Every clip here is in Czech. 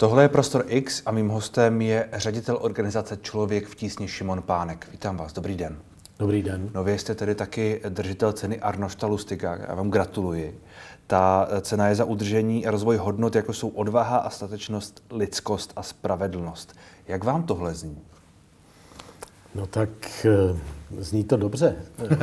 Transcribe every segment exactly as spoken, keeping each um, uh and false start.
Tohle je Prostor X a mým hostem je ředitel organizace Člověk v tísni Šimon Pánek. Vítám vás, dobrý den. Dobrý den. No vy jste tedy taky držitel ceny Arnošta Lustiga, já vám gratuluji. Ta cena je za udržení a rozvoj hodnot, jako jsou odvaha a statečnost, lidskost a spravedlnost. Jak vám tohle zní? No tak zní to dobře.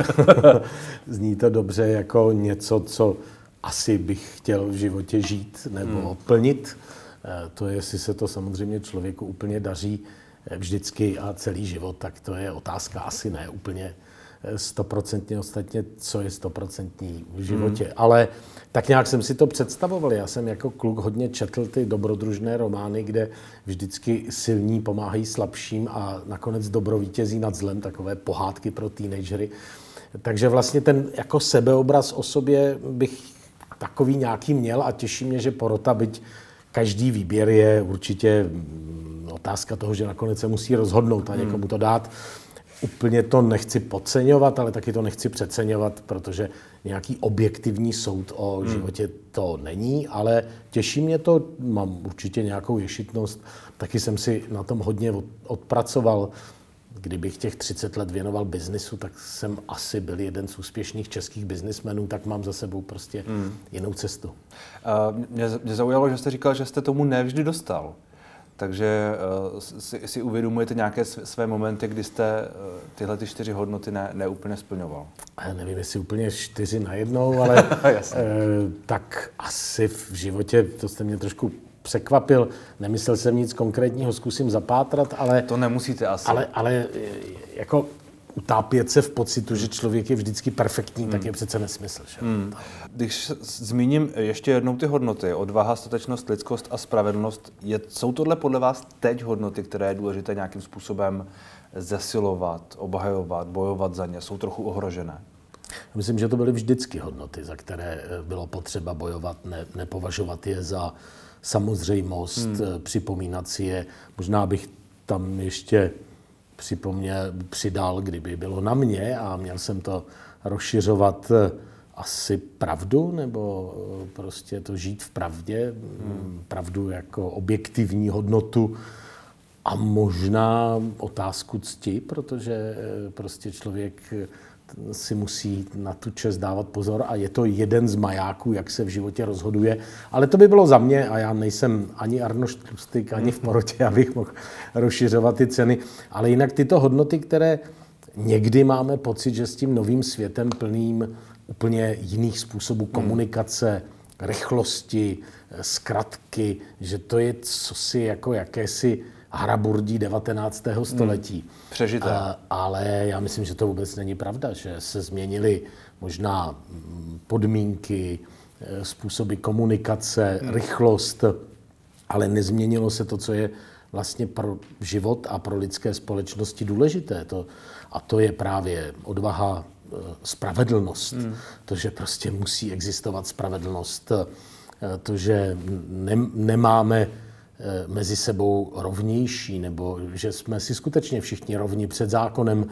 Zní to dobře jako něco, co asi bych chtěl v životě žít nebo hmm. plnit. To je, jestli se to samozřejmě člověku úplně daří vždycky a celý život, tak to je otázka asi ne úplně stoprocentně, ostatně, co je stoprocentní v životě. Hmm. Ale tak nějak jsem si to představoval. Já jsem jako kluk hodně četl ty dobrodružné romány, kde vždycky silní pomáhají slabším a nakonec dobro vítězí nad zlem, takové pohádky pro teenagery. Takže vlastně ten jako sebeobraz o sobě bych takový nějaký měl a těší mě, že porota, byť každý výběr je určitě otázka toho, že nakonec se musí rozhodnout a někomu to dát. Úplně to nechci podceňovat, ale taky to nechci přeceňovat, protože nějaký objektivní soud o životě to není, ale těší mě to, mám určitě nějakou ješitnost, taky jsem si na tom hodně odpracoval. Kdybych těch třicet let věnoval biznisu, tak jsem asi byl jeden z úspěšných českých biznismenů, tak mám za sebou prostě hmm. jinou cestu. Uh, mě, mě zaujalo, že jste říkal, že jste tomu nevždy dostal. Takže uh, si, si uvědomujete nějaké své momenty, kdy jste uh, tyhle ty čtyři hodnoty ne, neúplně splňoval? Já nevím, jestli úplně čtyři najednou, ale uh, tak asi v životě, to jste mě trošku překvapil, nemyslel jsem nic konkrétního, zkusím zapátrat, ale... To nemusíte asi. Ale, ale jako utápět se v pocitu, že člověk je vždycky perfektní, hmm. tak je přece nesmysl. Že? Hmm. Když zmíním ještě jednou ty hodnoty, odvaha, statečnost, lidskost a spravedlnost, je, jsou tohle podle vás teď hodnoty, které je důležité nějakým způsobem zesilovat, obhajovat, bojovat za ně? Jsou trochu ohrožené? Myslím, že to byly vždycky hodnoty, za které bylo potřeba bojovat, ne, nepovažovat je za samozřejmost, hmm. připomínat si je. Možná bych tam ještě připomněl, přidal, kdyby bylo na mě a měl jsem to rozšiřovat, asi pravdu, nebo prostě to žít v pravdě, hmm. pravdu jako objektivní hodnotu a možná otázku cti, protože prostě člověk si musí na tu čest dávat pozor a je to jeden z majáků, jak se v životě rozhoduje. Ale to by bylo za mě a já nejsem ani Arnošt Lustig, ani v porotě, abych mohl rozšiřovat ty ceny. Ale jinak tyto hodnoty, které někdy máme pocit, že s tím novým světem plným úplně jiných způsobů komunikace, rychlosti, zkratky, že to je cosi jako jakési haraburdí devatenáctého století. Hmm. Přežité. A, ale já myslím, že to vůbec není pravda, že se změnily možná podmínky, způsoby komunikace, hmm. rychlost, ale nezměnilo se to, co je vlastně pro život a pro lidské společnosti důležité. To, a to je právě odvaha, spravedlnost. Hmm. To, že prostě musí existovat spravedlnost. To, že ne, nemáme mezi sebou rovnější, nebo že jsme si skutečně všichni rovni před zákonem,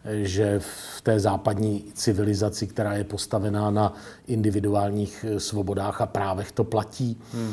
že v té západní civilizaci, která je postavená na individuálních svobodách a právech, to platí. Hmm.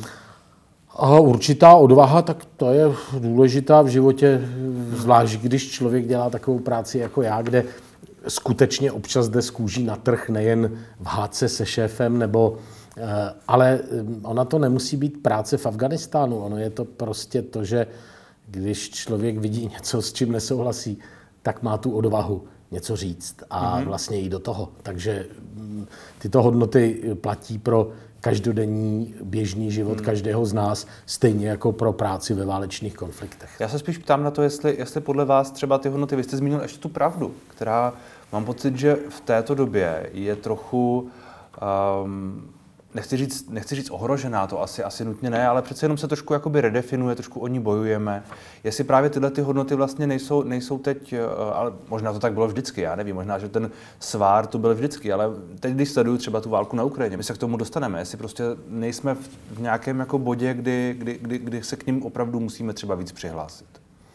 A určitá odvaha, tak to je důležitá v životě, zvlášť když člověk dělá takovou práci jako já, kde skutečně občas jde z kůží na trh, nejen v hádce se šéfem, nebo ale ona to nemusí být práce v Afghánistánu. Ono je to prostě to, že když člověk vidí něco, s čím nesouhlasí, tak má tu odvahu něco říct a mm-hmm. vlastně jít do toho. Takže tyto hodnoty platí pro každodenní běžný život mm. každého z nás, stejně jako pro práci ve válečných konfliktech. Já se spíš ptám na to, jestli, jestli podle vás třeba ty hodnoty, vy jste zmínil ještě tu pravdu, která mám pocit, že v této době je trochu... Um, Nechci říct, nechci říct ohrožená, to asi, asi nutně ne, ale přece jenom se trošku jakoby redefinuje, trošku o ní bojujeme. Jestli právě tyhle ty hodnoty vlastně nejsou, nejsou teď, ale možná to tak bylo vždycky, já nevím, možná, že ten svár to byl vždycky, ale teď, když sleduju třeba tu válku na Ukrajině, my se k tomu dostaneme, jestli prostě nejsme v, v nějakém jako bodě, kdy, kdy, kdy, kdy se k ním opravdu musíme třeba víc přihlásit.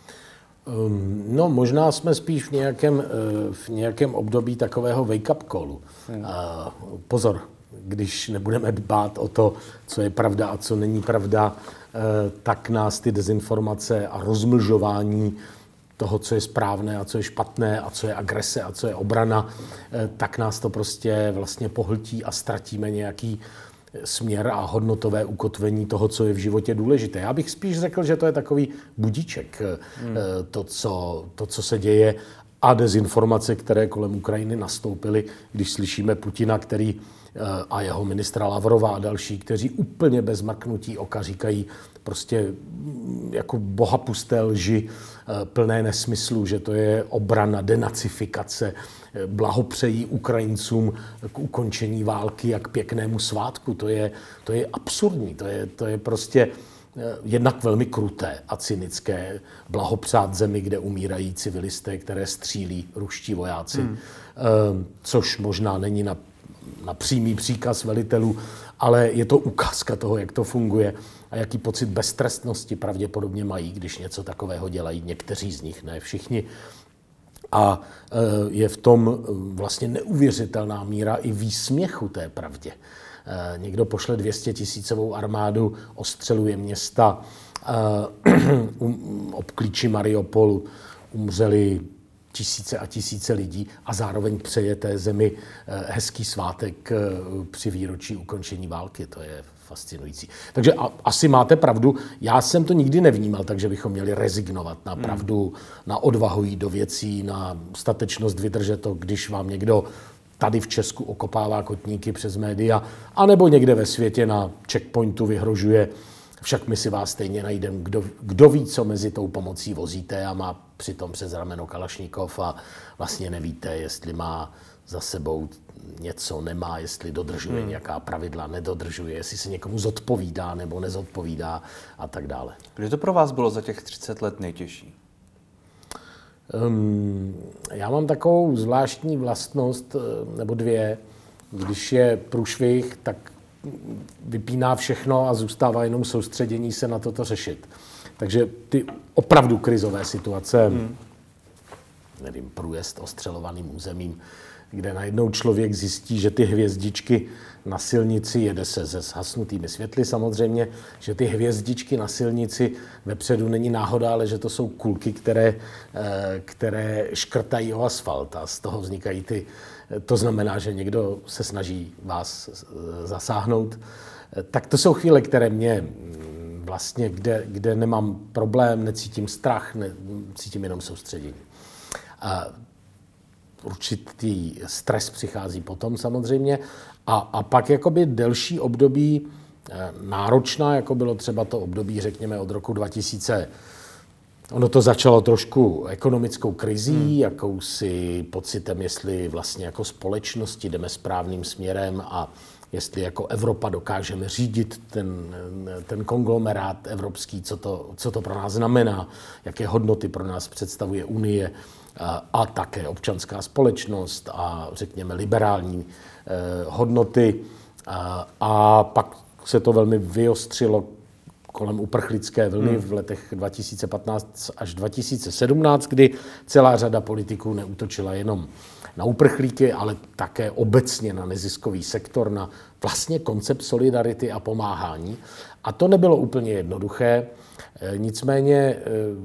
Um, no, možná jsme spíš v nějakém, v nějakém období takového wake-up callu. Hmm. Uh, pozor, když nebudeme dbát o to, co je pravda a co není pravda, tak nás ty dezinformace a rozmlžování toho, co je správné a co je špatné a co je agrese a co je obrana, tak nás to prostě vlastně pohltí a ztratíme nějaký směr a hodnotové ukotvení toho, co je v životě důležité. Já bych spíš řekl, že to je takový budíček, hmm. to, co, to, co se děje a dezinformace, které kolem Ukrajiny nastoupily, když slyšíme Putina, který a jeho ministra Lavrova a další, kteří úplně bez mrknutí oka říkají prostě jako bohapusté lži, plné nesmyslu, že to je obrana, denacifikace, blahopřejí Ukrajincům k ukončení války jak pěknému svátku. To je, to je absurdní, to je, to je prostě jednak velmi kruté a cynické blahopřát zemi, kde umírají civilisté, které střílí ruští vojáci, hmm. což možná není na na přímý příkaz velitelů, ale je to ukázka toho, jak to funguje a jaký pocit beztrestnosti pravděpodobně mají, když něco takového dělají někteří z nich, ne všichni. A je v tom vlastně neuvěřitelná míra i výsměchu té pravdě. Někdo pošle dvěstětisícovou armádu, ostřeluje města, obklíčí Mariupol, umřeli tisíce a tisíce lidí a zároveň přeje té zemi hezký svátek při výročí ukončení války. To je fascinující. Takže a, asi máte pravdu. Já jsem to nikdy nevnímal, takže bychom měli rezignovat na pravdu, hmm. na odvahu jít do věcí, na statečnost vydržet to, když vám někdo tady v Česku okopává kotníky přes média, anebo někde ve světě na checkpointu vyhrožuje, však my si vás stejně najdeme, kdo, kdo ví, co mezi tou pomocí vozíte a má přitom přes rameno Kalašnikov a vlastně nevíte, jestli má za sebou něco, nemá, jestli dodržuje hmm. nějaká pravidla, nedodržuje, jestli se někomu zodpovídá nebo nezodpovídá a tak dále. Kdy to pro vás bylo za těch třicet let nejtěžší? Um, já mám takovou zvláštní vlastnost, nebo dvě. Když je průšvih, tak vypíná všechno a zůstává jenom soustředění se na toto řešit. Takže ty opravdu krizové situace, hmm. nevím, průjezd ostřelovaným územím, kde najednou člověk zjistí, že ty hvězdičky na silnici, jede se se zhasnutými světly samozřejmě, že ty hvězdičky na silnici vepředu není náhoda, ale že to jsou kulky, které, které škrtají o asfalt a z toho vznikají ty. To znamená, že někdo se snaží vás zasáhnout. Tak to jsou chvíle, které mě vlastně, kde, kde nemám problém, necítím strach, ne, cítím jenom soustředění. A určitý stres přichází potom samozřejmě. A, a pak jakoby delší období náročná, jako bylo třeba to období, řekněme, od roku dva tisíce. Ono to začalo trošku ekonomickou krizí, hmm. jakousi pocitem, jestli vlastně jako společnosti jdeme správným směrem a jestli jako Evropa dokážeme řídit ten, ten konglomerát evropský, co to, co to pro nás znamená, jaké hodnoty pro nás představuje Unie a, a také občanská společnost a řekněme liberální eh, hodnoty. A, a pak se to velmi vyostřilo kolem uprchlické vlny hmm. v letech dva tisíce patnáct až dva tisíce sedmnáct, kdy celá řada politiků neútočila jenom na uprchlíky, ale také obecně na neziskový sektor, na vlastně koncept solidarity a pomáhání. A to nebylo úplně jednoduché. Nicméně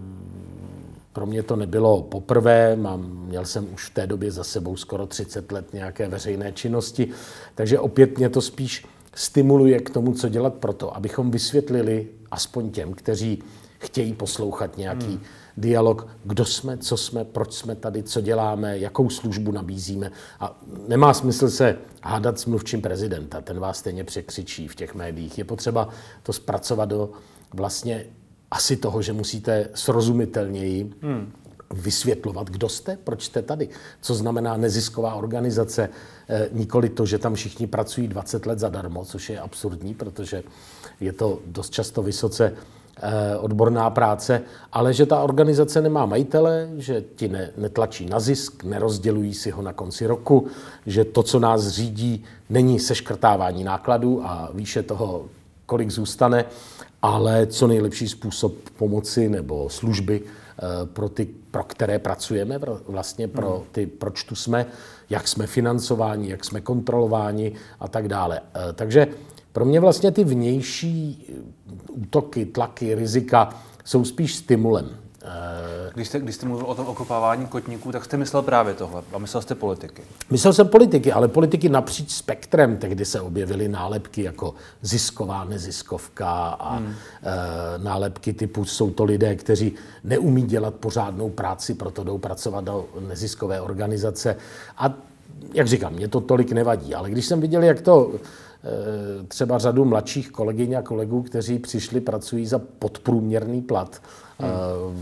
pro mě to nebylo poprvé, mám, měl jsem už v té době za sebou skoro třicet let nějaké veřejné činnosti, takže opět mě to spíš stimuluje k tomu, co dělat proto, abychom vysvětlili aspoň těm, kteří chtějí poslouchat nějaký hmm. dialog, kdo jsme, co jsme, proč jsme tady, co děláme, jakou službu nabízíme. A nemá smysl se hádat s mluvčím prezidenta, ten vás stejně překřičí v těch médiích. Je potřeba to zpracovat do vlastně asi toho, že musíte srozumitelněji hmm. vysvětlovat, kdo jste, proč jste tady, co znamená nezisková organizace, e, nikoli to, že tam všichni pracují dvacet let zadarmo, což je absurdní, protože je to dost často vysoce e, odborná práce, ale že ta organizace nemá majitele, že ti ne, netlačí na zisk, nerozdělují si ho na konci roku, že to, co nás řídí, není seškrtávání nákladů a výše toho, kolik zůstane, ale co nejlepší způsob pomoci nebo služby pro ty, pro které pracujeme, vlastně pro ty, proč tu jsme, jak jsme financováni, jak jsme kontrolováni a tak dále. Takže Pro mě vlastně ty vnější útoky, tlaky, rizika jsou spíš stimulem. Když jste, když jste mluvil o tom okopávání kotníků, tak jste myslel právě tohle a myslel jste politiky. Myslel jsem politiky, ale politiky napříč spektrem. Tehdy se objevily nálepky jako zisková neziskovka a hmm. e, nálepky typu jsou to lidé, kteří neumí dělat pořádnou práci, proto jdou pracovat do neziskové organizace. A jak říkám, mě to tolik nevadí, ale když jsem viděl, jak to e, třeba řadu mladších kolegyň a kolegů, kteří přišli, pracují za podprůměrný plat, Hmm.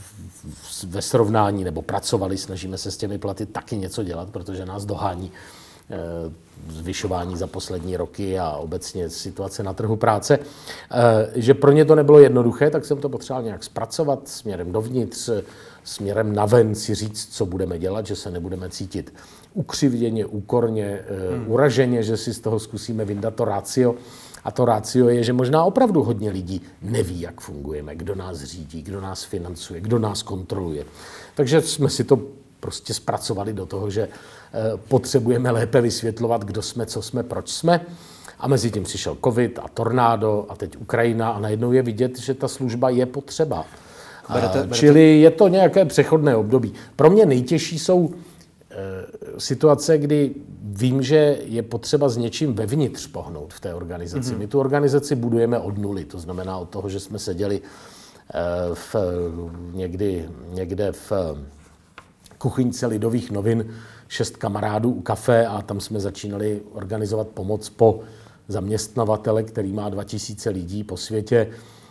ve srovnání, nebo pracovali, snažíme se s těmi platy taky něco dělat, protože nás dohání zvyšování za poslední roky a obecně situace na trhu práce, že pro ně to nebylo jednoduché, tak jsem to potřeboval nějak zpracovat směrem dovnitř, směrem naven si říct, co budeme dělat, že se nebudeme cítit ukřivděně, úkorně, hmm. uraženě, že si z toho zkusíme vyndat to ratio. A to ratio je, že možná opravdu hodně lidí neví, jak fungujeme, kdo nás řídí, kdo nás financuje, kdo nás kontroluje. Takže jsme si to prostě zpracovali do toho, že potřebujeme lépe vysvětlovat, kdo jsme, co jsme, proč jsme. A mezi tím přišel covid a tornádo a teď Ukrajina a najednou je vidět, že ta služba je potřeba. Berete, berete. Čili je to nějaké přechodné období. Pro mě nejtěžší jsou situace, kdy vím, že je potřeba s něčím vevnitř pohnout v té organizaci. Mm-hmm. My tu organizaci budujeme od nuly, to znamená od toho, že jsme seděli v, někdy, někde v kuchyňce Lidových novin šest kamarádů u kafe a tam jsme začínali organizovat pomoc po zaměstnavatele, který má dva tisíce lidí po světě.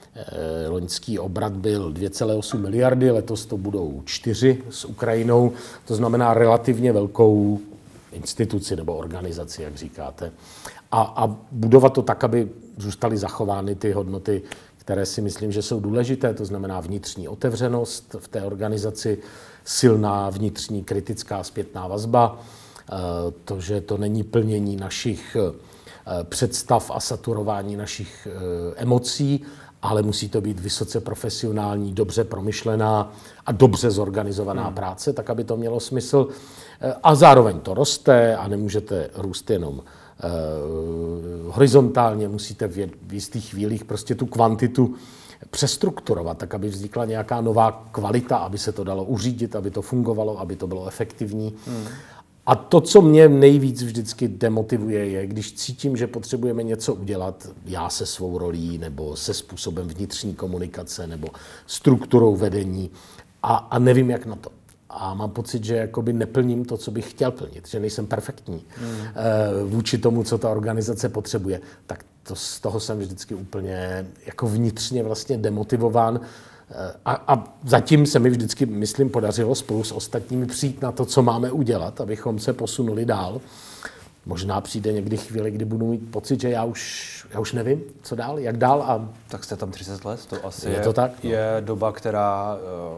Loňský obrat byl dvě celé osm miliardy, letos to budou čtyři s Ukrajinou, to znamená relativně velkou instituci nebo organizaci, jak říkáte. A, a budovat to tak, aby zůstaly zachovány ty hodnoty, které si myslím, že jsou důležité, to znamená vnitřní otevřenost v té organizaci, silná vnitřní kritická zpětná vazba, to, že to není plnění našich představ a saturování našich emocí, ale musí to být vysoce profesionální, dobře promyšlená a dobře zorganizovaná hmm. práce, tak aby to mělo smysl. A zároveň to roste a nemůžete růst jenom eh, horizontálně, musíte v, v jistých chvílích prostě tu kvantitu přestrukturovat, tak aby vznikla nějaká nová kvalita, aby se to dalo uřídit, aby to fungovalo, aby to bylo efektivní. Hmm. A to, co mě nejvíc vždycky demotivuje, je, když cítím, že potřebujeme něco udělat, já se svou rolí, nebo se způsobem vnitřní komunikace, nebo strukturou vedení a, a nevím, jak na to. A mám pocit, že jakoby neplním to, co bych chtěl plnit, že nejsem perfektní hmm. vůči tomu, co ta organizace potřebuje. Tak to, z toho jsem vždycky úplně jako vnitřně vlastně demotivován. A, a zatím se mi vždycky, myslím, podařilo spolu s ostatními přijít na to, co máme udělat, abychom se posunuli dál. Možná přijde někdy chvíli, kdy budu mít pocit, že já už, já už nevím, co dál, jak dál. A tak jste tam třicet let, to asi je, je, to tak, no. je doba, která,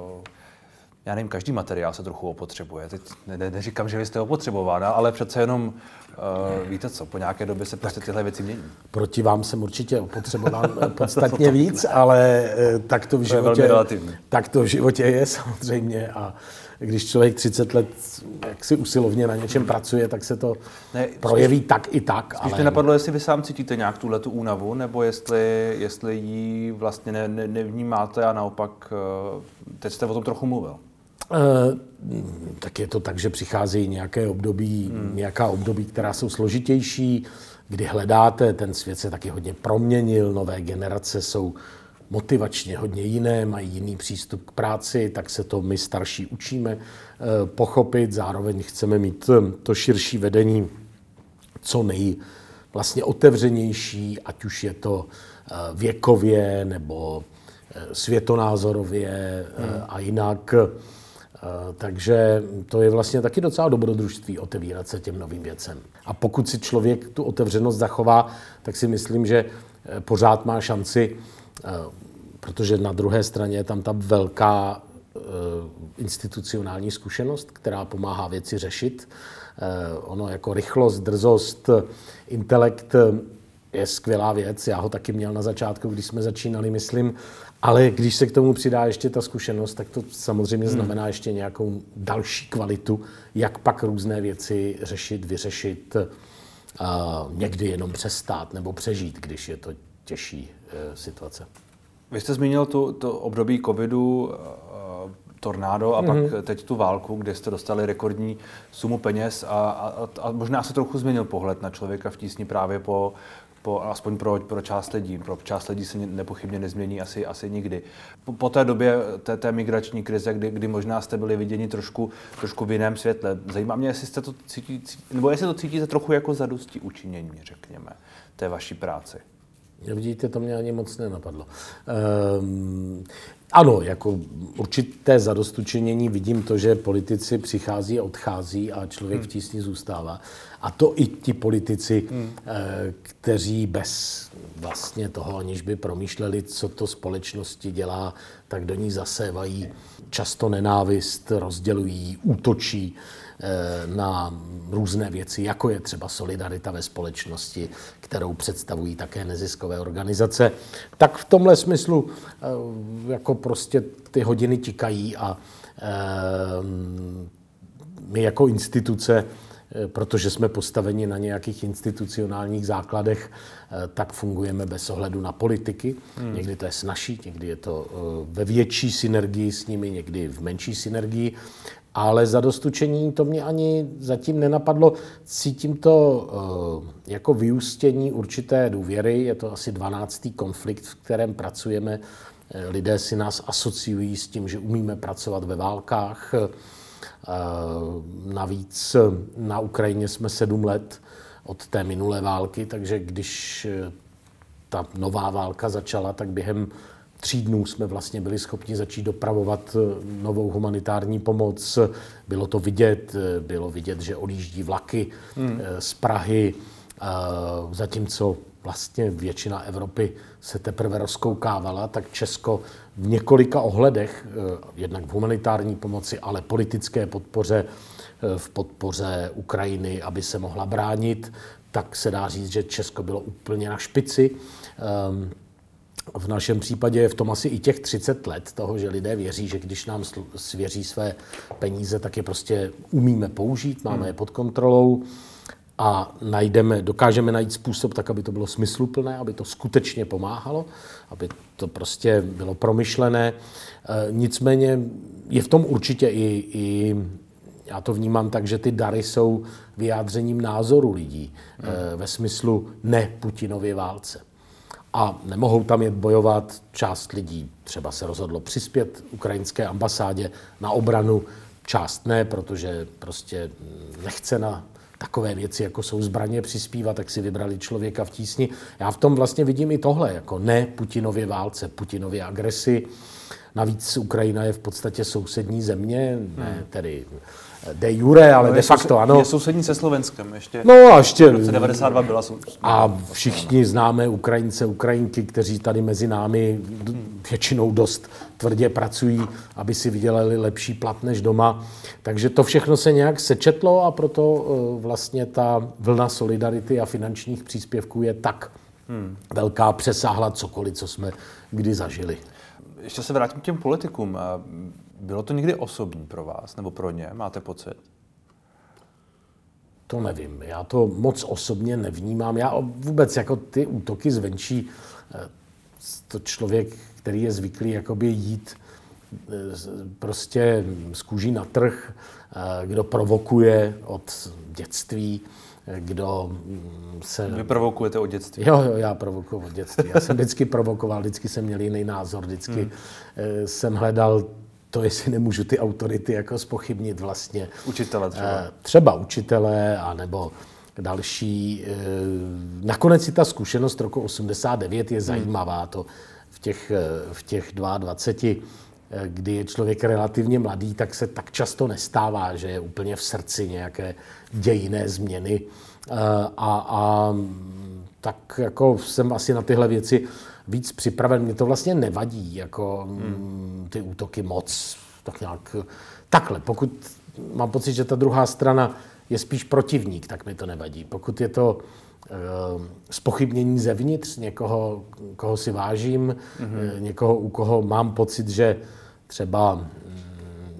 já nevím, každý materiál se trochu opotřebuje. Teď ne, ne, neříkám, že vy jste opotřebována, ale přece jenom, uh, víte co, po nějaké době se prostě tyhle věci mění. Proti vám jsem určitě opotřebován podstatně víc, ale tak to v životě, tak to v životě je samozřejmě. A když člověk třicet let jak si usilovně na něčem pracuje, tak se to ne, projeví spíš, tak i tak. Spíš ale... mě napadlo, jestli vy sám cítíte nějak tuhletu únavu, nebo jestli, jestli ji vlastně ne, ne, nevnímáte a naopak teď jste o tom trochu mluvil. Uh, tak je to tak, že přicházejí nějaké období, hmm. nějaká období, která jsou složitější, kdy hledáte, ten svět se taky hodně proměnil, nové generace jsou motivačně hodně jiné, mají jiný přístup k práci, tak se to my starší učíme uh, pochopit, zároveň chceme mít to širší vedení co nej vlastně otevřenější, ať už je to uh, věkově nebo uh, světonázorově uh, hmm. a jinak. Takže to je vlastně taky docela dobrodružství otevírat se těm novým věcem. A pokud si člověk tu otevřenost zachová, tak si myslím, že pořád má šanci, protože na druhé straně je tam ta velká institucionální zkušenost, která pomáhá věci řešit. Ono jako rychlost, drzost, intelekt je skvělá věc. Já ho taky měl na začátku, když jsme začínali, myslím. Ale když se k tomu přidá ještě ta zkušenost, tak to samozřejmě znamená ještě nějakou další kvalitu, jak pak různé věci řešit, vyřešit někdy jenom přestát nebo přežít, když je to těžší situace. Vy jste zmínil tu, to období covidu, tornádo a mm-hmm. pak teď tu válku, kde jste dostali rekordní sumu peněz a, a, a možná se trochu změnil pohled na člověka v tísni právě po, po aspoň pro, pro část lidí. Pro část lidí se nepochybně nezmění asi, asi nikdy. Po, po té době té, té migrační krize, kdy, kdy možná jste byli viděni trošku, trošku v jiném světle. Zajímá mě, jestli jste to cítí, nebo jestli to cítíte trochu jako zadosti učinění, řekněme, té vaší práci. Vidíte, to mě ani moc nenapadlo. Um, ano, jako určité zadostučinění vidím to, že politici přichází a odchází a člověk hmm. v tísni zůstává. A to i ti politici, hmm. eh, kteří bez vlastně toho, aniž by promýšleli, co to společnosti dělá, tak do ní zasévají často nenávist, rozdělují, útočí na různé věci, jako je třeba solidarita ve společnosti, kterou představují také neziskové organizace. Tak v tomhle smyslu jako prostě ty hodiny tikají a my jako instituce, protože jsme postaveni na nějakých institucionálních základech, tak fungujeme bez ohledu na politiky. Hmm. Někdy to je snazší, někdy je to ve větší synergii s nimi, někdy v menší synergii. Ale zadostučení to mě ani zatím nenapadlo. Cítím to uh, jako vyústění určité důvěry. Je to asi dvanáctý konflikt, v kterém pracujeme. Lidé si nás asociují s tím, že umíme pracovat ve válkách. Uh, navíc na Ukrajině jsme sedm let od té minulé války, takže když ta nová válka začala, tak během tří dnů jsme vlastně byli schopni začít dopravovat novou humanitární pomoc. Bylo to vidět, bylo vidět, že odjíždí vlaky hmm. z Prahy, zatímco vlastně většina Evropy se teprve rozkoukávala, tak Česko v několika ohledech, jednak v humanitární pomoci, ale politické podpoře, v podpoře Ukrajiny, aby se mohla bránit, tak se dá říct, že Česko bylo úplně na špici. V našem případě je v tom asi i těch třicet let toho, že lidé věří, že když nám svěří své peníze, tak je prostě umíme použít, máme je pod kontrolou a najdeme, dokážeme najít způsob tak, aby to bylo smysluplné, aby to skutečně pomáhalo, aby to prostě bylo promyšlené. E, nicméně je v tom určitě i, i já to vnímám tak, že ty dary jsou vyjádřením názoru lidí e, ve smyslu ne Putinově válce. A nemohou tam jet bojovat. Část lidí třeba se rozhodlo přispět ukrajinské ambasádě na obranu, část ne, protože prostě nechce na takové věci, jako jsou zbraně, přispívat, tak si vybrali člověka v tísni. Já v tom vlastně vidím i tohle, jako ne Putinově válce, Putinově agresi. Navíc Ukrajina je v podstatě sousední země, ne tedy de jure, ale no de facto ano. Je sousední se Slovenskem ještě. No a ještě. V roce devadesát dva byla sousední. A všichni známe Ukrajince, Ukrajinky, kteří tady mezi námi většinou dost tvrdě pracují, aby si vydělali lepší plat než doma. Takže to všechno se nějak sečetlo a proto vlastně ta vlna solidarity a finančních příspěvků je tak hmm. velká, přesáhla cokoliv, co jsme kdy zažili. Ještě se vrátím k těm politikům. Bylo to někdy osobní pro vás nebo pro ně? Máte pocit? To nevím. Já to moc osobně nevnímám. Já vůbec jako ty útoky zvenčí, to člověk, který je zvyklý jakoby jít prostě z kůží na trh, kdo provokuje od dětství, kdo se... Vy provokujete od dětství? Jo, jo, já provokuju od dětství. Já jsem vždycky provokoval, vždycky jsem měl jiný názor, vždycky hmm. jsem hledal to, jestli nemůžu ty autority jako zpochybnit vlastně. Učitele třeba? Třeba učitele, anebo další. Nakonec i ta zkušenost roku osmdesát devět je zajímavá. To v těch, v těch dvaceti dvou, kdy je člověk relativně mladý, tak se tak často nestává, že je úplně v srdci nějaké dějinné změny. A, a tak jako jsem asi na tyhle věci víc připraven. Mně to vlastně nevadí, jako hmm. ty útoky moc. Tak nějak, takhle, pokud mám pocit, že ta druhá strana je spíš protivník, tak mi to nevadí. Pokud je to uh, zpochybnění zevnitř někoho, koho si vážím, hmm. někoho, u koho mám pocit, že třeba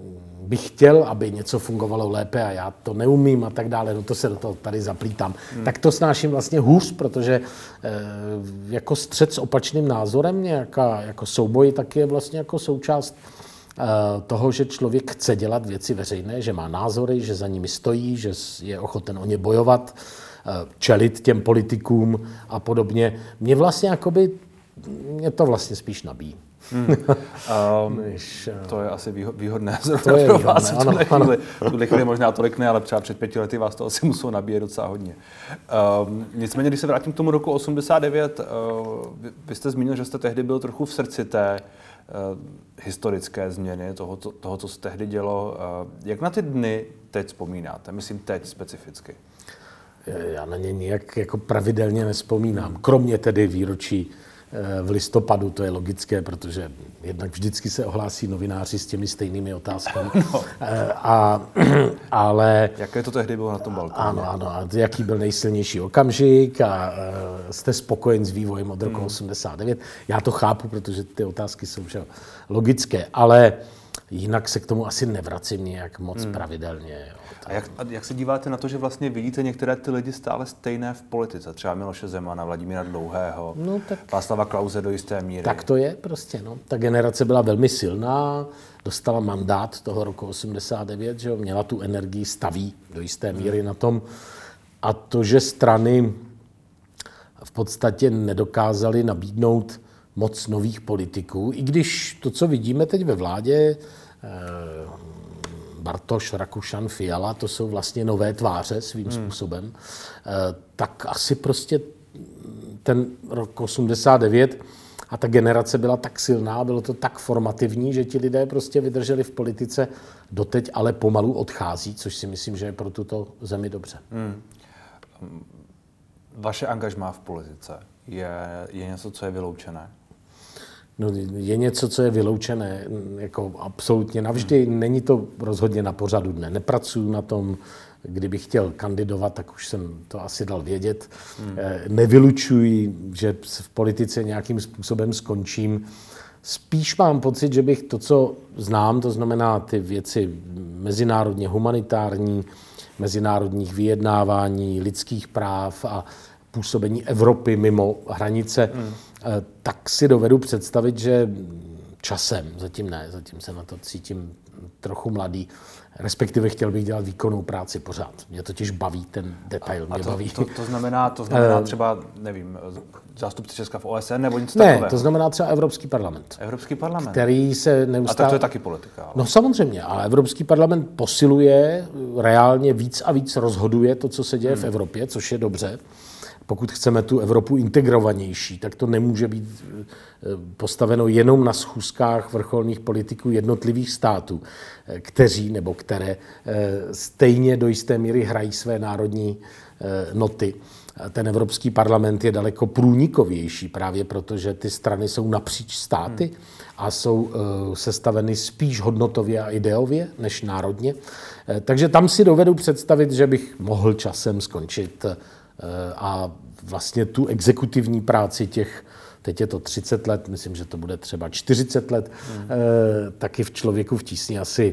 bych chtěl, aby něco fungovalo lépe a já to neumím a tak dále, no to se do toho tady zaplítám. Hmm. Tak to snáším vlastně hůř, protože eh, jako střet s opačným názorem, nějaká, jako souboj, tak je vlastně jako součást eh, toho, že člověk chce dělat věci veřejné, že má názory, že za nimi stojí, že je ochoten o ně bojovat, eh, čelit těm politikům a podobně. Mě vlastně jakoby, mě to vlastně spíš nabíjí. Hmm. Um, Než, to je asi výhodné zrovna pro výhodné, vás v tuhle chvíli. V tuhle chvíli možná tolik ne, ale třeba před pěti lety vás to asi muselo nabíjet docela hodně. Um, nicméně, když se vrátím k tomu roku osmdesát devět, uh, vy, vy jste zmínil, že jste tehdy byl trochu v srdci té uh, historické změny, toho, to, toho, co se tehdy dělo. Uh, jak na ty dny teď vzpomínáte? Myslím teď specificky. Já na ně nijak jako pravidelně nespomínám, kromě tedy výročí v listopadu, to je logické, protože jednak vždycky se ohlásí novináři s těmi stejnými otázkami. No. A, ale... Jaké to tehdy bylo na tom balkóně? Ano, ano. A jaký byl nejsilnější okamžik a jste spokojen s vývojem od roku hmm. osmdesát devět? Já to chápu, protože ty otázky jsou že, logické, ale jinak se k tomu asi nevracím nějak moc hmm. pravidelně. Jo. A jak, a jak se díváte na to, že vlastně vidíte některé ty lidi stále stejné v politice? Třeba Miloše Zemana, Vladimíra Dlouhého, no, tak, Václava Klause do jisté míry. Tak to je prostě. No. Ta generace byla velmi silná, dostala mandát toho roku osmdesát devět, že jo, měla tu energii, staví do jisté míry hmm. na tom. A to, že strany v podstatě nedokázaly nabídnout moc nových politiků, i když to, co vidíme teď ve vládě, eh, Bartoš, Rakušan, Fiala, to jsou vlastně nové tváře svým hmm. způsobem, eh, tak asi prostě ten rok osmdesát devět a ta generace byla tak silná, bylo to tak formativní, že ti lidé prostě vydrželi v politice doteď, ale pomalu odchází, což si myslím, že je pro tuto zemi dobře. Hmm. Vaše angažmá v politice je, je něco, co je vyloučené? No, je něco, co je vyloučené jako absolutně navždy. Hmm. Není to rozhodně na pořadu dne. Nepracuju na tom. Kdybych chtěl kandidovat, tak už jsem to asi dal vědět. Hmm. Nevylučuji, že v politice nějakým způsobem skončím. Spíš mám pocit, že bych to, co znám, to znamená ty věci mezinárodně humanitární, mezinárodních vyjednávání, lidských práv a působení Evropy mimo hranice, hmm. tak si dovedu představit, že časem, zatím ne, zatím se na to cítím trochu mladý, respektive chtěl bych dělat výkonnou práci pořád. Mě totiž baví ten detail. A, a mě to, baví. To, to, znamená, to znamená třeba, nevím, zástupci Česka v O S N nebo něco ne, takového? Ne, to znamená třeba Evropský parlament. Evropský parlament? Který se neustále... A tak to je taky politika. Ale... No samozřejmě, ale Evropský parlament posiluje, reálně víc a víc rozhoduje to, co se děje hmm. v Evropě, což je dobře. Pokud chceme tu Evropu integrovanější, tak to nemůže být postaveno jenom na schůzkách vrcholných politiků jednotlivých států, kteří nebo které stejně do jisté míry hrají své národní noty. Ten Evropský parlament je daleko průnikovější právě proto, že ty strany jsou napříč státy a jsou sestaveny spíš hodnotově a ideově než národně. Takže tam si dovedu představit, že bych mohl časem skončit a vlastně tu exekutivní práci těch, teď je to třicet let, myslím, že to bude třeba čtyřicet let, hmm. taky v člověku v tísni asi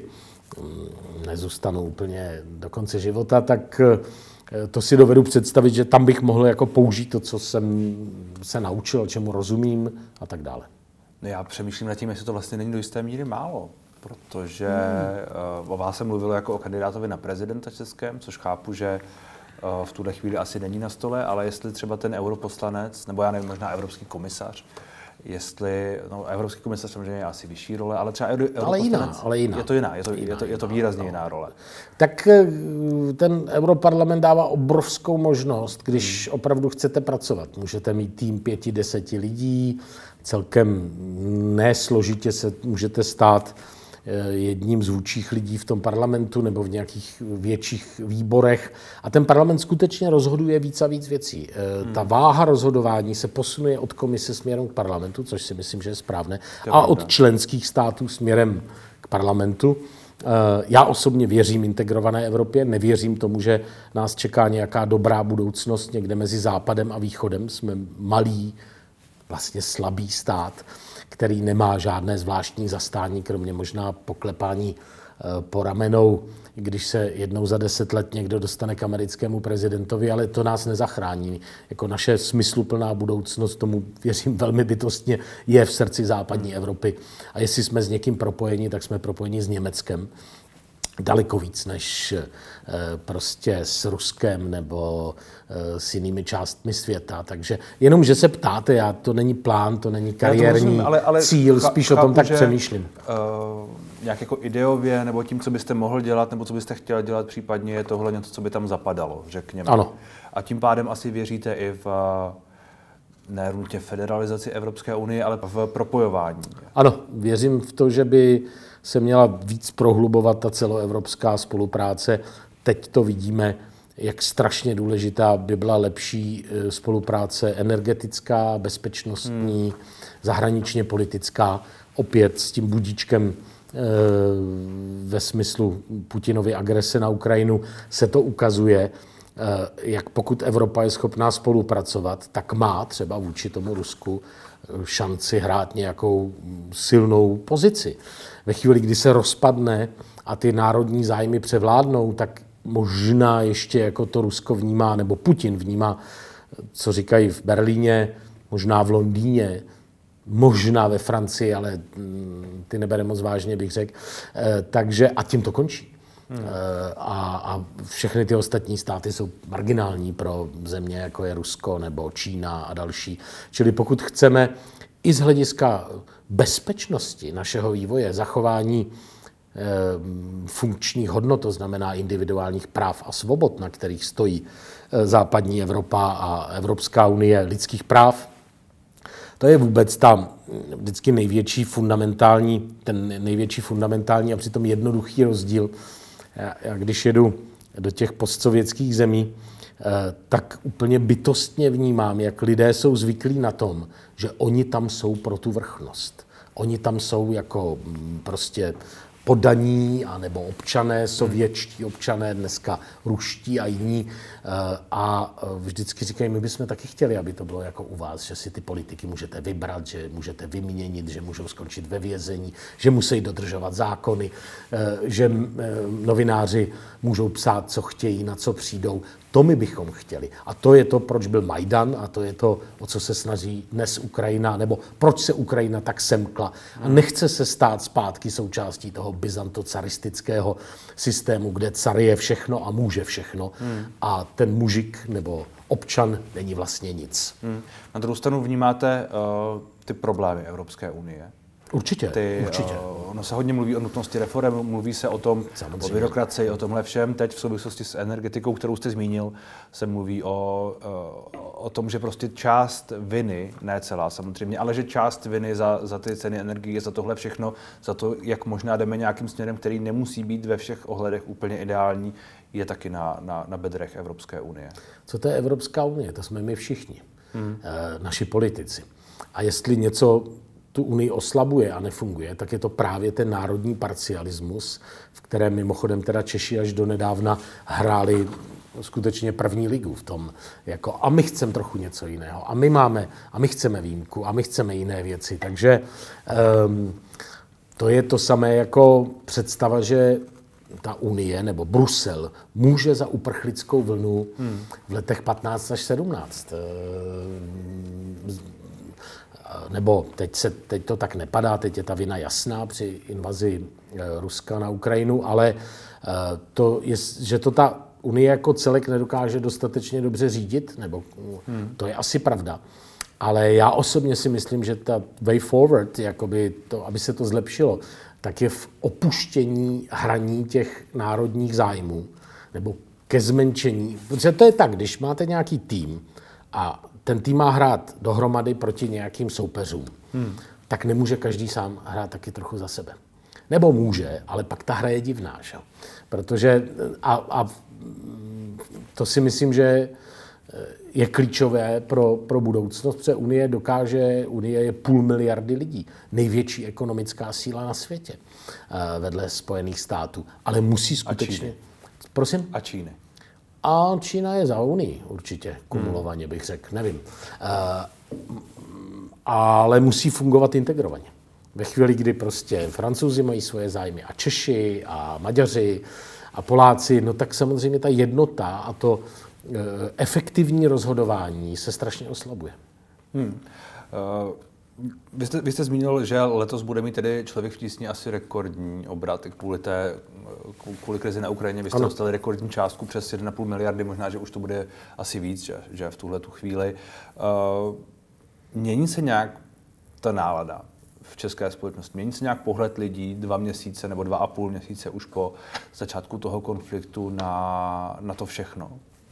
nezůstanu úplně do konce života, tak to si dovedu představit, že tam bych mohl jako použít to, co jsem se naučil, čemu rozumím a tak dále. Já přemýšlím nad tím, jestli to vlastně není do jisté míry málo, protože hmm. o vás se mluvilo jako o kandidátovi na prezidenta českém, což chápu, že v tuhle chvíli asi není na stole, ale jestli třeba ten europoslanec, nebo já nevím, možná evropský komisař, jestli, no evropský komisař samozřejmě je asi vyšší role, ale třeba europoslanec, ale jiná, ale jiná. Je to jiná, je to, jiná, je to, je to výrazně jiná, jiná role. Tak ten europarlament dává obrovskou možnost, když hmm. opravdu chcete pracovat. Můžete mít tým pěti, deseti lidí, celkem nesložitě se můžete stát jedním z vůdčích lidí v tom parlamentu nebo v nějakých větších výborech. A ten parlament skutečně rozhoduje víc a víc věcí. Hmm. Ta váha rozhodování se posunuje od komise směrem k parlamentu, což si myslím, že je správné, a od členských států směrem k parlamentu. Já osobně věřím integrované Evropě, nevěřím tomu, že nás čeká nějaká dobrá budoucnost někde mezi Západem a Východem. Jsme malý, vlastně slabý stát, který nemá žádné zvláštní zastání, kromě možná poklepání po ramenou, když se jednou za deset let někdo dostane k americkému prezidentovi, ale to nás nezachrání. Jako naše smysluplná budoucnost, tomu věřím velmi bytostně, je v srdci západní Evropy. A jestli jsme s někým propojeni, tak jsme propojeni s Německem. Daleko víc než prostě s Ruskem nebo s jinými částmi světa. Takže jenom, že se ptáte, já, to není plán, to není kariérní rozumím, ale, ale cíl, spíš chápu, o tom tak že, přemýšlím. Uh, nějak jako ideově, nebo tím, co byste mohl dělat, nebo co byste chtěl dělat, případně je tohle něco, co by tam zapadalo, řekněme. Ano. A tím pádem asi věříte i v ne nutně federalizaci Evropské unie, ale v propojování. Ano, věřím v to, že by se měla víc prohlubovat ta celoevropská spolupráce. Teď to vidíme, jak strašně důležitá by byla lepší spolupráce energetická, bezpečnostní, hmm. zahraničně politická. Opět s tím budíčkem e, ve smyslu Putinovy agrese na Ukrajinu se to ukazuje, e, jak pokud Evropa je schopná spolupracovat, tak má třeba vůči tomu Rusku šanci hrát nějakou silnou pozici. Ve chvíli, kdy se rozpadne a ty národní zájmy převládnou, tak možná ještě jako to Rusko vnímá, nebo Putin vnímá, co říkají v Berlíně, možná v Londýně, možná ve Francii, ale ty nebere moc vážně, bych řekl. Takže a tím to končí. Hmm. A, a všechny ty ostatní státy jsou marginální pro země, jako je Rusko nebo Čína a další. Čili pokud chceme i z hlediska bezpečnosti našeho vývoje, zachování eh, funkčních hodnot, to znamená individuálních práv a svobod, na kterých stojí eh, západní Evropa a Evropská unie, lidských práv, to je vůbec ta vždycky největší fundamentální, ten největší fundamentální a přitom jednoduchý rozdíl. Já, já když jedu do těch postsovětských zemí, tak úplně bytostně vnímám, jak lidé jsou zvyklí na tom, že oni tam jsou pro tu vrchnost. Oni tam jsou jako prostě podaní, anebo občané, sovětští občané, dneska ruští a jiní. A vždycky říkají, my bychom taky chtěli, aby to bylo jako u vás, že si ty politiky můžete vybrat, že můžete vyměnit, že můžou skončit ve vězení, že musí dodržovat zákony, že novináři můžou psát, co chtějí, na co přijdou. To my bychom chtěli. A to je to, proč byl Majdan, a to je to, o co se snaží dnes Ukrajina, nebo proč se Ukrajina tak semkla. A nechce se stát zpátky součástí toho byzantocaristického systému, kde car je všechno a může všechno. Hmm. A ten mužik nebo občan není vlastně nic. Hmm. Na druhou stranu vnímáte uh, ty problémy Evropské unie? Určitě, ty, určitě. Uh, ono se hodně mluví o nutnosti reforem, mluví se o tom, samozřejmě, o byrokracii, o tomhle všem. Teď v souvislosti s energetikou, kterou jste zmínil, se mluví o, uh, o tom, že prostě část viny, ne celá samozřejmě, ale že část viny za, za ty ceny energie, za tohle všechno, za to, jak možná jdeme nějakým směrem, který nemusí být ve všech ohledech úplně ideální, je taky na, na, na bedrech Evropské unie. Co to je Evropská unie? To jsme my všichni, hmm. e, naši politici. A jestli něco tu unii oslabuje a nefunguje, tak je to právě ten národní parcialismus, v kterém mimochodem teda Češi až do nedávna hráli skutečně první ligu v tom, jako a my chceme trochu něco jiného, a my máme, a my chceme výjimku, a my chceme jiné věci. Takže um, to je to samé jako představa, že ta unie nebo Brusel může za uprchlickou vlnu hmm. v letech patnáct až sedmnáct nebo teď, se, teď to tak nepadá, teď je ta vina jasná při invazi Ruska na Ukrajinu, ale to je, že to ta unie jako celek nedokáže dostatečně dobře řídit, nebo hmm. to je asi pravda. Ale já osobně si myslím, že ta way forward, jakoby to, aby se to zlepšilo, tak je v opuštění hraní těch národních zájmů, nebo ke zmenšení. Protože to je tak, když máte nějaký tým a ten tým má hrát dohromady proti nějakým soupeřům, hmm. tak nemůže každý sám hrát taky trochu za sebe. Nebo může, ale pak ta hra je divná, že? Protože a, a to si myslím, že je klíčové pro, pro budoucnost, protože Unie dokáže, Unie je půl miliardy lidí, největší ekonomická síla na světě vedle Spojených států, ale musí skutečně... A Prosím? A Číny. A Čína je za Unii určitě, kumulovaně bych řekl, nevím. Ale musí fungovat integrovaně. Ve chvíli, kdy prostě Francouzi mají svoje zájmy a Češi a Maďaři a Poláci, no tak samozřejmě ta jednota a to e, efektivní rozhodování se strašně oslabuje. Hmm. Uh... Vy jste, vy jste zmínil, že letos bude mít tedy Člověk v tísni asi rekordní obrat kvůli, té, kvůli krizi na Ukrajině. Vy jste ano. dostali rekordní částku přes jedna celá pět miliardy, možná, že už to bude asi víc, že, že v tuhle tu chvíli. Uh, mění se nějak ta nálada v české společnosti? Mění se nějak pohled lidí dva měsíce nebo dva a půl měsíce už po začátku toho konfliktu na, na to všechno?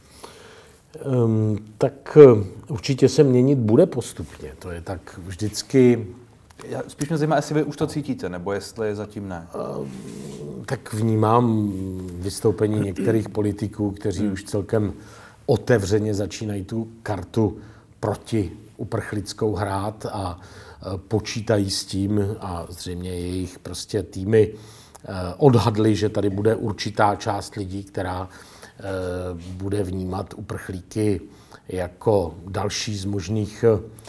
Um, tak určitě se měnit bude postupně. To je tak vždycky... Já spíš mě zajímá, jestli vy už to cítíte, nebo jestli zatím ne. Um, tak vnímám vystoupení některých politiků, kteří hmm. už celkem otevřeně začínají tu kartu proti uprchlickou hrát a uh, počítají s tím a zřejmě jejich prostě týmy uh, odhadly, že tady bude určitá část lidí, která bude vnímat uprchlíky jako další z možných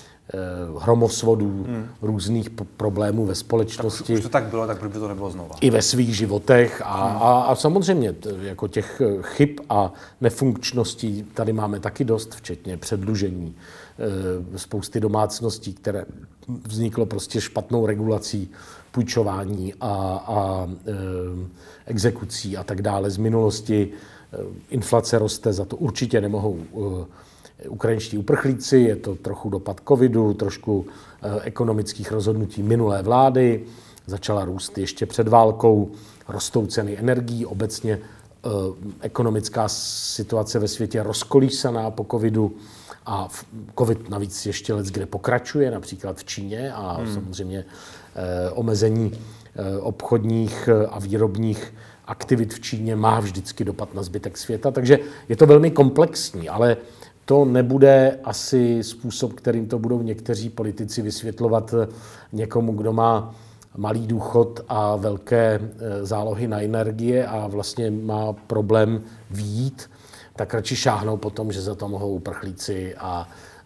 hromosvodů hmm. různých problémů ve společnosti. Tak už to tak bylo, tak proč by to nebylo znova? I ve svých životech a, hmm. a, a samozřejmě jako těch chyb a nefunkčností tady máme taky dost, včetně předlužení spousty domácností, které vzniklo prostě špatnou regulací půjčování a, a e, exekucí a tak dále z minulosti. Inflace roste, za to určitě nemohou uh, ukrajinští uprchlíci, je to trochu dopad covidu, trošku uh, ekonomických rozhodnutí minulé vlády, začala růst ještě před válkou, rostou ceny energií, obecně uh, ekonomická situace ve světě je rozkolísaná po covidu a covid navíc ještě let kde pokračuje, například v Číně a hmm. samozřejmě uh, omezení uh, obchodních a výrobních aktivit v Číně má vždycky dopad na zbytek světa, takže je to velmi komplexní, ale to nebude asi způsob, kterým to budou někteří politici vysvětlovat někomu, kdo má malý důchod a velké zálohy na energie a vlastně má problém vyjít, tak radši šáhnou po tom, že za to mohou uprchlíci a e,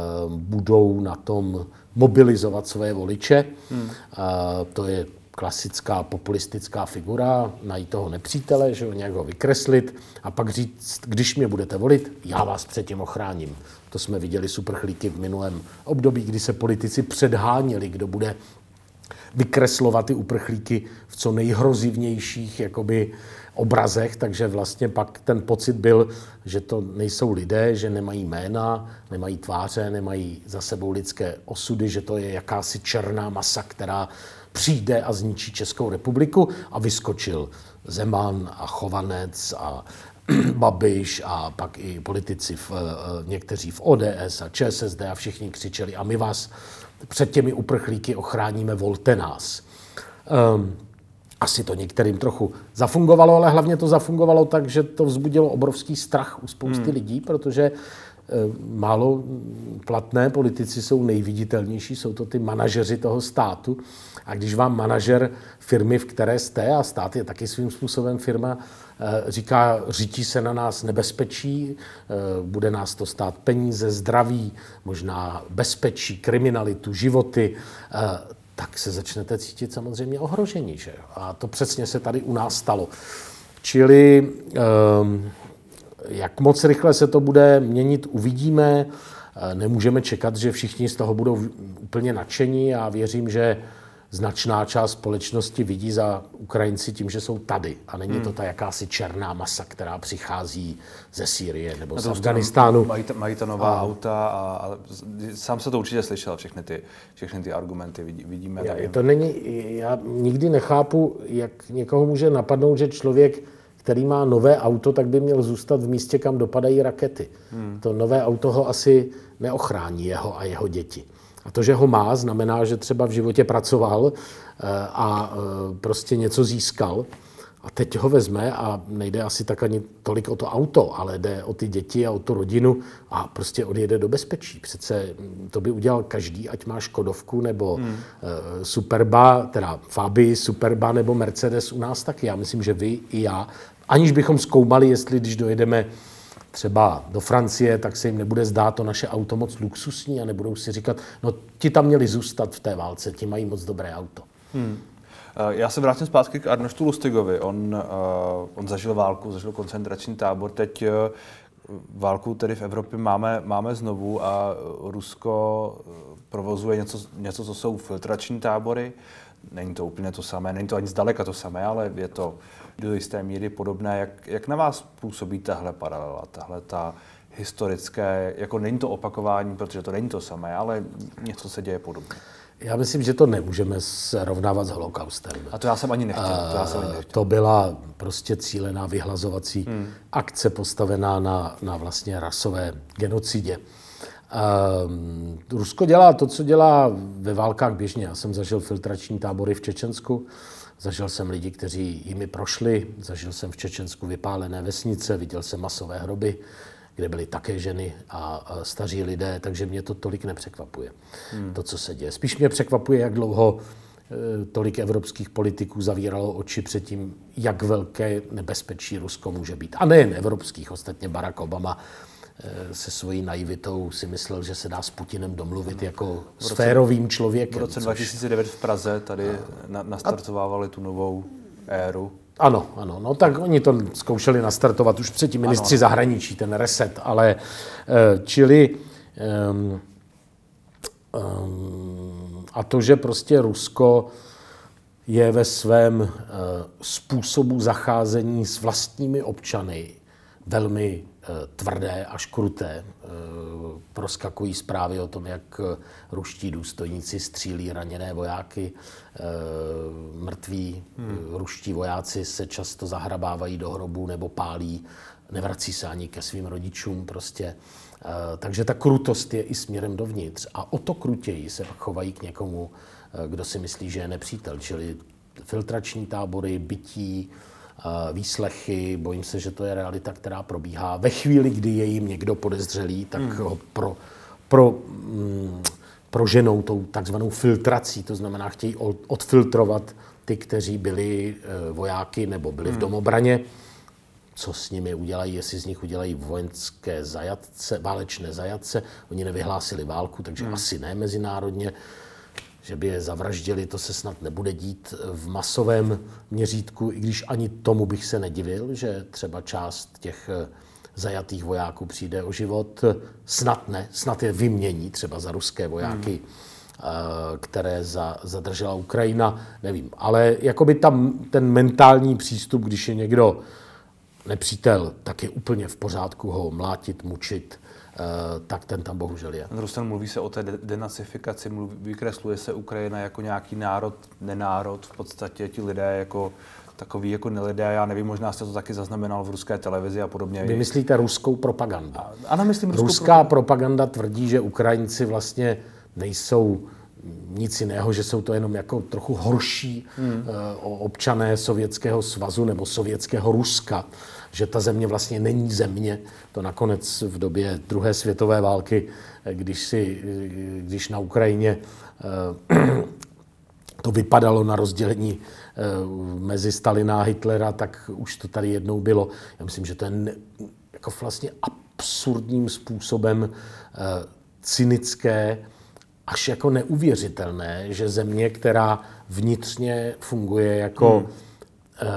budou na tom mobilizovat svoje voliče. Hmm. E, to je klasická populistická figura, najít toho nepřítele, že ho nějak ho vykreslit a pak říct, když mě budete volit, já vás před tím ochráním. To jsme viděli s uprchlíky v minulém období, kdy se politici předháněli, kdo bude vykreslovat ty uprchlíky v co nejhrozivnějších jakoby obrazech, takže vlastně pak ten pocit byl, že to nejsou lidé, že nemají jména, nemají tváře, nemají za sebou lidské osudy, že to je jakási černá masa, která přijde a zničí Českou republiku a vyskočil Zeman a Chovanec a Babiš a pak i politici, v, někteří v O D S a Č S S D a všichni křičeli a my vás před těmi uprchlíky ochráníme, volte nás. Um, asi to některým trochu zafungovalo, ale hlavně to zafungovalo tak, že to vzbudilo obrovský strach u spousty hmm. lidí, protože málo platné politici jsou nejviditelnější, jsou to ty manažeři toho státu. A když vám manažer firmy, v které jste, a stát je taky svým způsobem firma, říká, řítí se na nás nebezpečí, bude nás to stát peníze, zdraví, možná bezpečí, kriminalitu, životy, tak se začnete cítit samozřejmě ohrožení. Že? A to přesně se tady u nás stalo. Čili um, jak moc rychle se to bude měnit, uvidíme. Nemůžeme čekat, že všichni z toho budou úplně nadšení. Já věřím, že značná část společnosti vidí za Ukrajinci tím, že jsou tady. A není hmm. to ta jakási černá masa, která přichází ze Sýrie nebo z Afganistánu. Mají, mají ta nová a... auta a, a sám se to určitě slyšel, všechny ty, všechny ty argumenty vidí, vidíme. Já, to není, já nikdy nechápu, jak někoho může napadnout, že člověk, který má nové auto, tak by měl zůstat v místě, kam dopadají rakety. Hmm. To nové auto ho asi neochrání, jeho a jeho děti. A to, že ho má, znamená, že třeba v životě pracoval a prostě něco získal. A teď ho vezme a nejde asi tak ani tolik o to auto, ale jde o ty děti a o tu rodinu a prostě odjede do bezpečí. Přece to by udělal každý, ať má Škodovku nebo hmm. Superba, teda Fabii, Superba nebo Mercedes u nás taky. Já myslím, že vy i já, aniž bychom zkoumali, jestli když dojedeme třeba do Francie, tak se jim nebude zdát to naše auto moc luxusní a nebudou si říkat, no ti tam měli zůstat v té válce, ti mají moc dobré auto. Hmm. Já se vrátím zpátky k Arnoštu Lustigovi. On, uh, on zažil válku, zažil koncentrační tábor. Teď uh, válku tedy v Evropě máme, máme znovu a Rusko provozuje něco, něco, co jsou filtrační tábory. Není to úplně to samé, není to ani zdaleka to samé, ale je to do jisté míry podobné. Jak, jak na vás působí tahle paralela, tahle ta historické, jako není to opakování, protože to není to samé, ale něco se děje podobně. Já myslím, že to nemůžeme srovnávat s holokaustem. A to já jsem ani nechtěl. To, já jsem ani nechtěl. To byla prostě cílená vyhlazovací hmm. akce postavená na, na vlastně rasové genocidě. Um, Rusko dělá to, co dělá ve válkách běžně. Já jsem zažil filtrační tábory v Čečensku, zažil jsem lidi, kteří jimi prošli, zažil jsem v Čečensku vypálené vesnice, viděl jsem masové hroby, kde byly také ženy a staří lidé, takže mě to tolik nepřekvapuje, hmm. to, co se děje. Spíš mě překvapuje, jak dlouho tolik evropských politiků zavíralo oči před tím, jak velké nebezpečí Rusko může být. A nejen evropských, ostatně Barack Obama se svojí naivitou si myslel, že se dá s Putinem domluvit jako sférovým člověkem. V roce dva tisíce devět v Praze tady a, nastartovávali tu novou éru. Ano, ano, no tak oni to zkoušeli nastartovat už předtím ministři ano. zahraničí, ten reset, ale čili um, um, a to, že prostě Rusko je ve svém uh, způsobu zacházení s vlastními občany velmi uh, tvrdé až kruté. Uh, proskakují zprávy o tom, jak ruští důstojníci střílí raněné vojáky. Uh, mrtví hmm. uh, ruští vojáci se často zahrabávají do hrobů nebo pálí. Nevrací se ani ke svým rodičům prostě. Uh, takže ta krutost je i směrem dovnitř. A o to krutěji se pak chovají k někomu, uh, kdo si myslí, že je nepřítel. Čili filtrační tábory, bytí, výslechy, bojím se, že to je realita, která probíhá. Ve chvíli, kdy je jim někdo podezřelý, tak hmm. ho pro, pro, mm, proženou tou takzvanou filtrací, to znamená, chtějí odfiltrovat ty, kteří byli vojáky nebo byli hmm. v domobraně. Co s nimi udělají, jestli z nich udělají vojenské zajatce, válečné zajatce. Oni nevyhlásili válku, takže hmm. asi ne mezinárodně. Že by je zavraždili, to se snad nebude dít v masovém měřítku, i když ani tomu bych se nedivil, že třeba část těch zajatých vojáků přijde o život. Snad ne, snad je vymění třeba za ruské vojáky, hmm. které za, zadržela Ukrajina, nevím. Ale jakoby tam ten mentální přístup, když je někdo nepřítel, tak je úplně v pořádku ho mlátit, mučit, tak ten tam bohužel je. Ruslan, mluví se o té denacifikaci, mluví, vykresluje se Ukrajina jako nějaký národ, nenárod, v podstatě ti lidé jako takový jako nelidé, já nevím, možná jste to taky zaznamenal v ruské televizi a podobně. Vy myslíte ruskou propagandu? Ano, myslím ruskou Ruská propagandu. propaganda tvrdí, že Ukrajinci vlastně nejsou nic jiného, že jsou to jenom jako trochu horší hmm. občané Sovětského svazu nebo Sovětského Ruska, že ta země vlastně není země. To nakonec v době druhé světové války, když, si, když na Ukrajině to vypadalo na rozdělení mezi Stalina a Hitlera, tak už to tady jednou bylo. Já myslím, že to je ne, jako vlastně absurdním způsobem cynické, až jako neuvěřitelné, že země, která vnitřně funguje jako hmm. eh,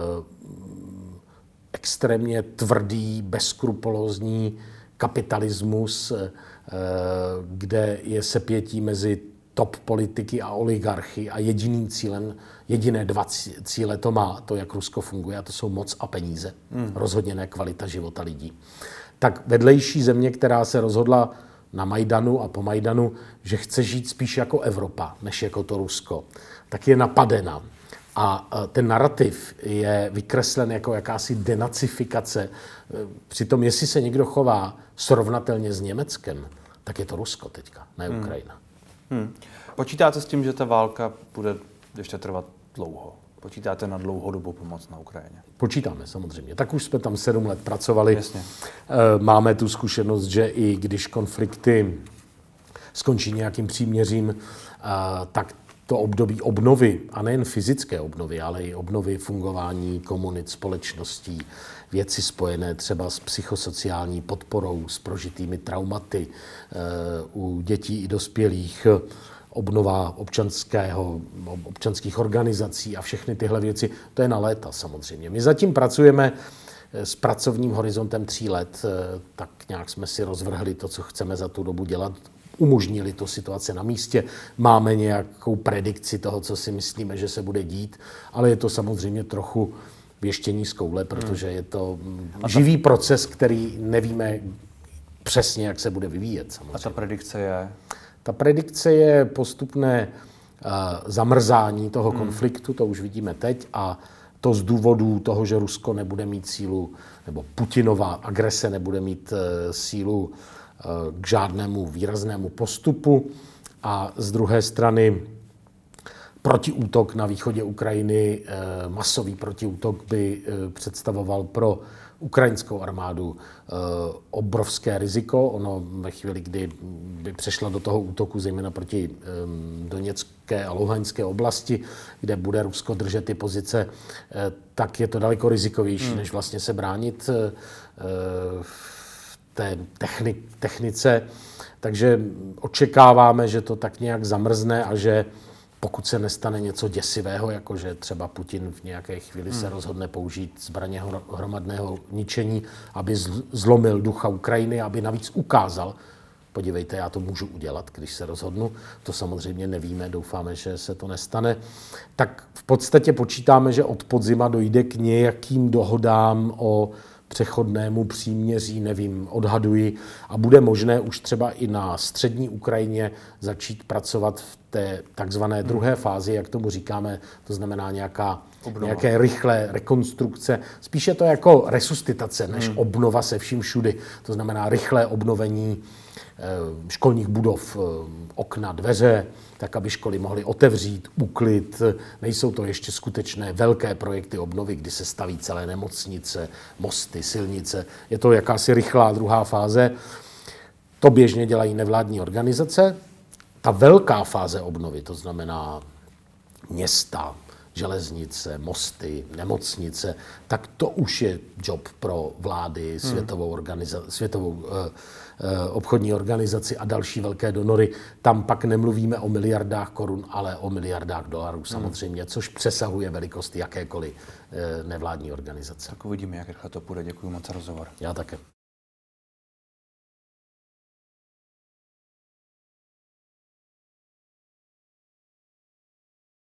extrémně tvrdý, bezskrupulózní kapitalismus, eh, kde je sepětí mezi top politiky a oligarchy a jediným cílem, jediné dva cíle to má, to, jak Rusko funguje, a to jsou moc a peníze. Hmm. Rozhodně ne kvalita života lidí. Tak vedlejší země, která se rozhodla na Majdanu a po Majdanu, že chce žít spíš jako Evropa, než jako to Rusko, tak je napadena. A ten narrativ je vykreslen jako jakási denacifikace. Přitom, jestli se někdo chová srovnatelně s Německem, tak je to Rusko teďka, ne hmm. Ukrajina. Hmm. Počítáte s tím, že ta válka bude ještě trvat dlouho? Počítáte na dlouhodobou pomoc na Ukrajině? Počítáme, samozřejmě. Tak už jsme tam sedm let pracovali. Jasně. Máme tu zkušenost, že i když konflikty skončí nějakým příměřím, tak to období obnovy, a nejen fyzické obnovy, ale i obnovy fungování komunit, společností, věci spojené třeba s psychosociální podporou, s prožitými traumaty u dětí i dospělých, obnova občanského, občanských organizací a všechny tyhle věci, to je na léta samozřejmě. My zatím pracujeme s pracovním horizontem tří let, tak nějak jsme si rozvrhli to, co chceme za tu dobu dělat, umožnili to situace na místě, máme nějakou predikci toho, co si myslíme, že se bude dít, ale je to samozřejmě trochu věštění z koule, protože je to živý proces, který nevíme přesně, jak se bude vyvíjet. Samozřejmě. A ta predikce je? Ta predikce je postupné uh, zamrzání toho konfliktu, to už vidíme teď, a to z důvodu toho, že Rusko nebude mít sílu, nebo Putinova agrese nebude mít uh, sílu uh, k žádnému výraznému postupu, a z druhé strany protiútok na východě Ukrajiny, uh, masový protiútok by uh, představoval pro ukrajinskou armádu e, obrovské riziko. Ono ve chvíli, kdy by přešla do toho útoku, zejména proti e, Doněcké a Luhanské oblasti, kde bude Rusko držet ty pozice, e, tak je to daleko rizikovější, hmm. než vlastně se bránit e, v té technik, technice. Takže očekáváme, že to tak nějak zamrzne a že pokud se nestane něco děsivého, jako že třeba Putin v nějaké chvíli se rozhodne použít zbraně hromadného ničení, aby zlomil ducha Ukrajiny, aby navíc ukázal, podívejte, já to můžu udělat, když se rozhodnu, to samozřejmě nevíme, doufáme, že se to nestane, tak v podstatě počítáme, že od podzima dojde k nějakým dohodám o přechodnému příměří, nevím, odhaduji, a bude možné už třeba i na střední Ukrajině začít pracovat v té takzvané druhé fázi, jak tomu říkáme, to znamená nějaká, nějaké rychlé rekonstrukce. Spíše to jako resuscitace, než hmm. obnova se vším všudy. To znamená rychlé obnovení školních budov, okna, dveře, tak, aby školy mohly otevřít, uklid. Nejsou to ještě skutečné velké projekty obnovy, kdy se staví celé nemocnice, mosty, silnice. Je to jakási rychlá druhá fáze. To běžně dělají nevládní organizace. Ta velká fáze obnovy, to znamená města, železnice, mosty, nemocnice, tak to už je job pro vlády, světovou, organiza- světovou eh, eh, obchodní organizaci a další velké donory. Tam pak nemluvíme o miliardách korun, ale o miliardách dolarů samozřejmě, což přesahuje velikost jakékoliv eh, nevládní organizace. Tak uvidíme, jak rychle to půjde. Děkuji moc za rozhovor. Já také.